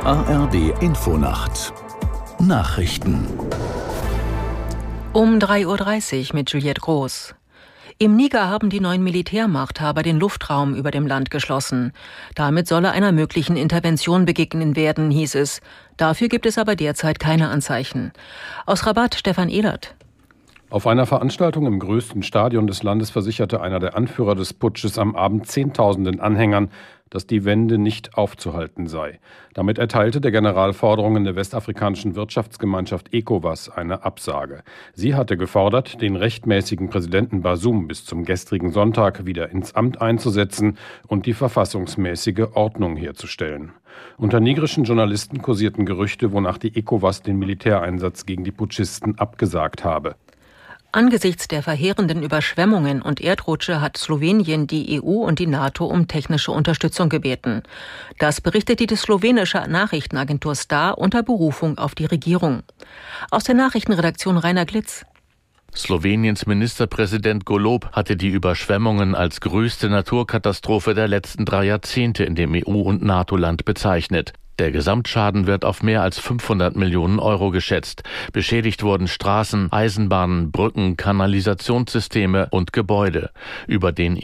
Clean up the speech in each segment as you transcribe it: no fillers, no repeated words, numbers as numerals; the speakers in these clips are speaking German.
ARD Infonacht Nachrichten um 3:30 Uhr mit Juliette Groß. Im Niger haben die neuen Militärmachthaber den Luftraum über dem Land geschlossen. Damit solle einer möglichen Intervention begegnet werden, hieß es. Dafür gibt es aber derzeit keine Anzeichen. Aus Rabat Stefan Ehlert. Auf einer Veranstaltung im größten Stadion des Landes versicherte einer der Anführer des Putsches am Abend Zehntausenden Anhängern, dass die Wende nicht aufzuhalten sei. Damit erteilte der General Forderungen der westafrikanischen Wirtschaftsgemeinschaft ECOWAS eine Absage. Sie hatte gefordert, den rechtmäßigen Präsidenten Bazoum bis zum gestrigen Sonntag wieder ins Amt einzusetzen und die verfassungsmäßige Ordnung herzustellen. Unter nigerischen Journalisten kursierten Gerüchte, wonach die ECOWAS den Militäreinsatz gegen die Putschisten abgesagt habe. Angesichts der verheerenden Überschwemmungen und Erdrutsche hat Slowenien die EU und die NATO um technische Unterstützung gebeten. Das berichtet die slowenische Nachrichtenagentur Star unter Berufung auf die Regierung. Aus der Nachrichtenredaktion Rainer Glitz. Sloweniens Ministerpräsident Golob hatte die Überschwemmungen als größte Naturkatastrophe der letzten 3 Jahrzehnte in dem EU- und NATO-Land bezeichnet. Der Gesamtschaden wird auf mehr als 500 Millionen Euro geschätzt. Beschädigt wurden Straßen, Eisenbahnen, Brücken, Kanalisationssysteme und Gebäude. Über den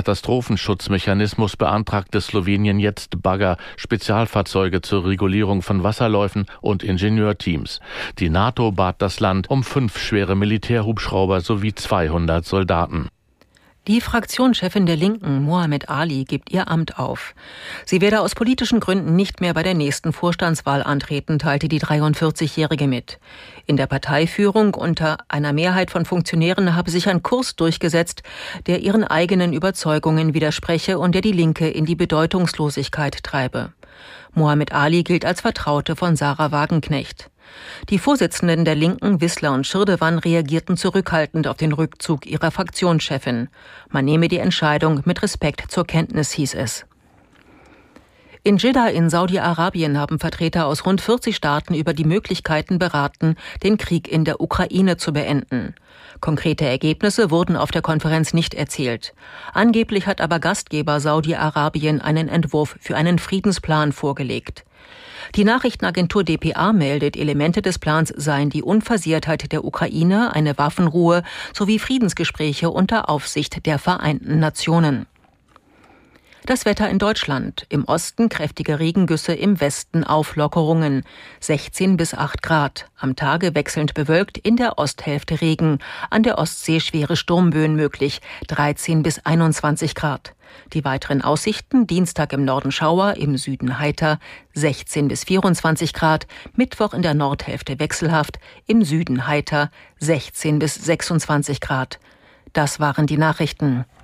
EU-Katastrophenschutzmechanismus beantragte Slowenien jetzt Bagger, Spezialfahrzeuge zur Regulierung von Wasserläufen und Ingenieurteams. Die NATO bat das Land um 5 schwere Militärhubschrauber sowie 200 Soldaten. Die Fraktionschefin der Linken, Mohamed Ali, gibt ihr Amt auf. Sie werde aus politischen Gründen nicht mehr bei der nächsten Vorstandswahl antreten, teilte die 43-Jährige mit. In der Parteiführung unter einer Mehrheit von Funktionären habe sich ein Kurs durchgesetzt, der ihren eigenen Überzeugungen widerspreche und der die Linke in die Bedeutungslosigkeit treibe. Mohamed Ali gilt als Vertraute von Sarah Wagenknecht. Die Vorsitzenden der Linken, Wissler und Schirdewan, reagierten zurückhaltend auf den Rückzug ihrer Fraktionschefin. Man nehme die Entscheidung mit Respekt zur Kenntnis, hieß es. In Jeddah in Saudi-Arabien haben Vertreter aus rund 40 Staaten über die Möglichkeiten beraten, den Krieg in der Ukraine zu beenden. Konkrete Ergebnisse wurden auf der Konferenz nicht erzielt. Angeblich hat aber Gastgeber Saudi-Arabien einen Entwurf für einen Friedensplan vorgelegt. Die Nachrichtenagentur dpa meldet, Elemente des Plans seien die Unversehrtheit der Ukraine, eine Waffenruhe sowie Friedensgespräche unter Aufsicht der Vereinten Nationen. Das Wetter in Deutschland. Im Osten kräftige Regengüsse, im Westen Auflockerungen. 16 bis 8 Grad. Am Tage wechselnd bewölkt, in der Osthälfte Regen. An der Ostsee schwere Sturmböen möglich. 13 bis 21 Grad. Die weiteren Aussichten: Dienstag im Norden Schauer, im Süden heiter, 16 bis 24 Grad. Mittwoch in der Nordhälfte wechselhaft, im Süden heiter, 16 bis 26 Grad. Das waren die Nachrichten.